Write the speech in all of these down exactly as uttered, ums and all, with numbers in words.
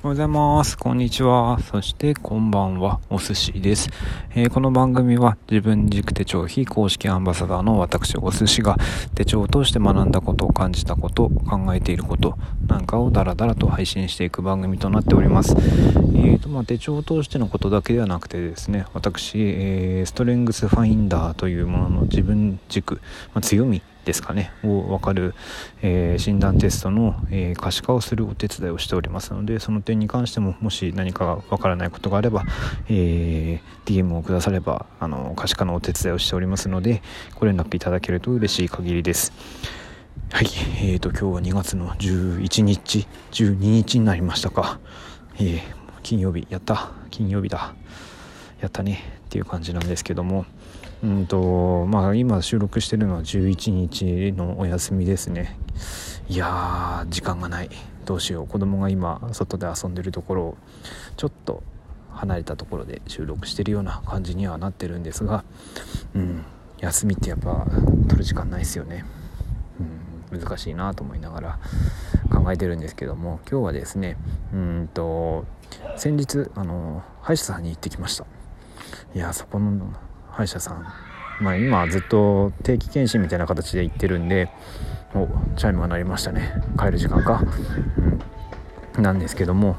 おはようございます。こんにちは。そしてこんばんは。お寿司です。えー、この番組は自分軸手帳非公式アンバサダーの私お寿司が手帳を通して学んだことを感じたこと考えていることなんかをダラダラと配信していく番組となっております。えーとまあ、手帳を通してのことだけではなくてですね、私、えー、ストレングスファインダーというものの自分軸、まあ、強みですかねを分かる、えー、診断テストの、えー、可視化をするお手伝いをしておりますので、その点に関してももし何か分からないことがあれば、えー、ディーエム をくださればあの可視化のお手伝いをしておりますので、ご連絡いただけると嬉しい限りです。はい、えーと今日はにがつのじゅういちにちじゅうににちになりましたか。えー、金曜日やった金曜日だやったねっていう感じなんですけども、うんとまあ今収録してるのはじゅういちにちのお休みですね。いやー時間がない、どうしよう。子供が今外で遊んでるところをちょっと離れたところで収録してるような感じにはなってるんですが、うん休みってやっぱ取る時間ないですよね。うん難しいなと思いながら考えてるんですけども、今日はですねうんと先日あの歯医者さんに行ってきました。いやそこの歯医者さん、まあ、今ずっと定期検診みたいな形で行ってるんで、おチャイムが鳴りましたね。帰る時間か、うん、なんですけども、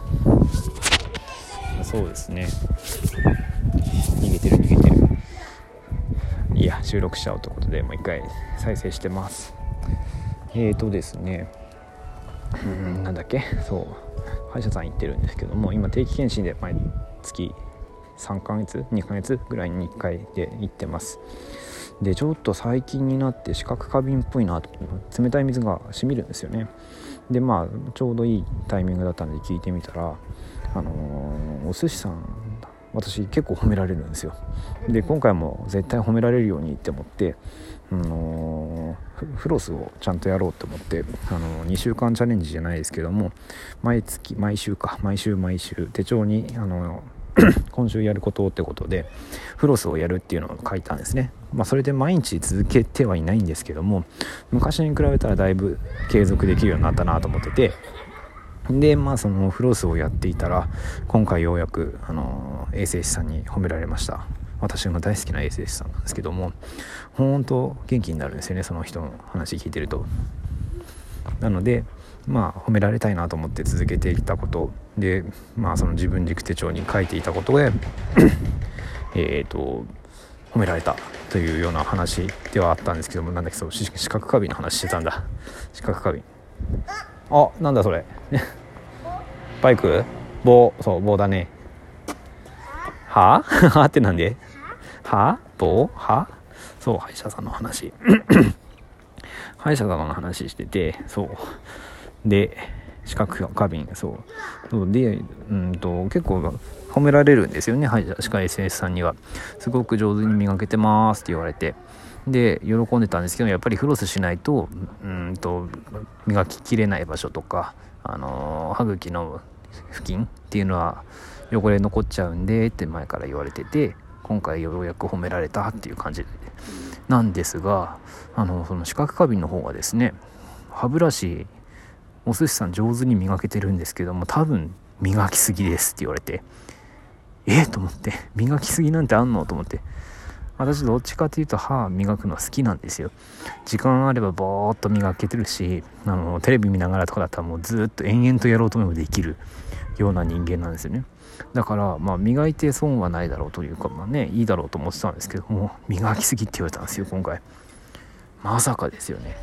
そうですね逃げてる逃げてるいや収録しちゃおうということでもう一回再生してます。えーとですねうんなんだっけそう歯医者さん行ってるんですけども、今定期検診で毎月さんかげつにかげつぐらいにいっかいで行ってます。でちょっと最近になって視覚過敏っぽいなと、冷たい水がしみるんですよね。でまあちょうどいいタイミングだったんで聞いてみたら、あのー、お寿司さん私結構褒められるんですよ。で今回も絶対褒められるようにって思って、あのー、フロスをちゃんとやろうと思って、あのー、にしゅうかんチャレンジじゃないですけども、毎月毎週か毎週毎週手帳にあのー今週やることってことでフロスをやるっていうのを書いたんですね。まあそれで毎日続けてはいないんですけども、昔に比べたらだいぶ継続できるようになったなと思ってて、でまあそのフロスをやっていたら今回ようやくあの衛生士さんに褒められました。私の大好きな衛生士さんなんですけども、ほんと元気になるんですよね、その人の話聞いてると。なのでまあ褒められたいなと思って続けていたことで、まあその自分軸手帳に書いていたことでえっと褒められたというような話ではあったんですけども、なんだっけ、そう視覚過敏の話してたんだ。視覚過敏、あ、なんだそれバイク棒、そう棒だね。ははってなんでは棒はそう歯医者さんの話歯医者さんの話してて、そうで視覚過敏、そうそうでうんと結構褒められるんですよね、歯医者衛生士さんには。すごく上手に磨けてますって言われて、で喜んでたんですけど、やっぱりフロスしないとうんと磨ききれない場所とか、あのー、歯茎の付近っていうのは汚れ残っちゃうんでって前から言われてて、今回ようやく褒められたっていう感じなんですが、あのその視覚過敏の方がですね、歯ブラシお寿司さん上手に磨けてるんですけども、多分磨きすぎですって言われて、えー、と思って、磨きすぎなんてあんのと思って。私どっちかというと歯磨くのは好きなんですよ。時間あればぼーっと磨けてるし、あのテレビ見ながらとかだったらもうずっと延々とやろうと思えばできるような人間なんですよね。だからまあ磨いて損はないだろうというか、まあねいいだろうと思ってたんですけども、磨きすぎって言われたんですよ今回。まさかですよね。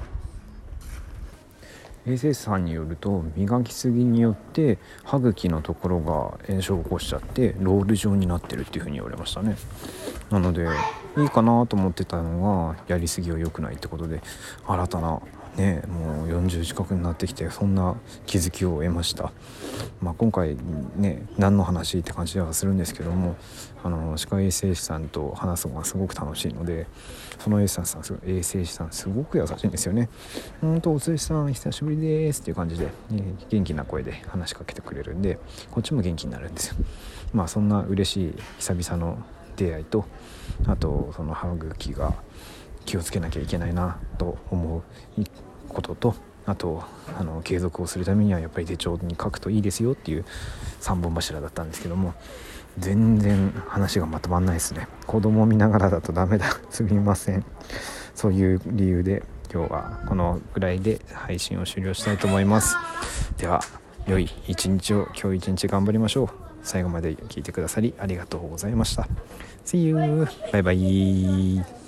衛生士さんによると、磨きすぎによって歯茎のところが炎症を起こしちゃってロール状になってるっていう風に言われましたね。なのでいいかなと思ってたのが、やりすぎは良くないってことで、新たなねもうよんじゅう近くになってきてそんな気づきを得ました。まあ、今回ね何の話って感じではするんですけども、あの歯科衛生士さんと話すのがすごく楽しいので、その衛生士さん衛生士さんすごく優しいんですよね。ほんとお寿司さん久しぶりですっていう感じで、ね、元気な声で話しかけてくれるんで、こっちも元気になるんですよ。まあそんな嬉しい久々の出会いと、あとその歯茎が気をつけなきゃいけないなと思うことと、 あとあの継続をするためにはやっぱり手帳に書くといいですよっていうさんぼん柱だったんですけども、全然話がまとまんないですね。子供を見ながらだとダメだすみません。そういう理由で今日はこのぐらいで配信を終了したいと思います。では良い一日を今日一日頑張りましょう。最後まで聞いてくださりありがとうございました。 See you! バイバイ。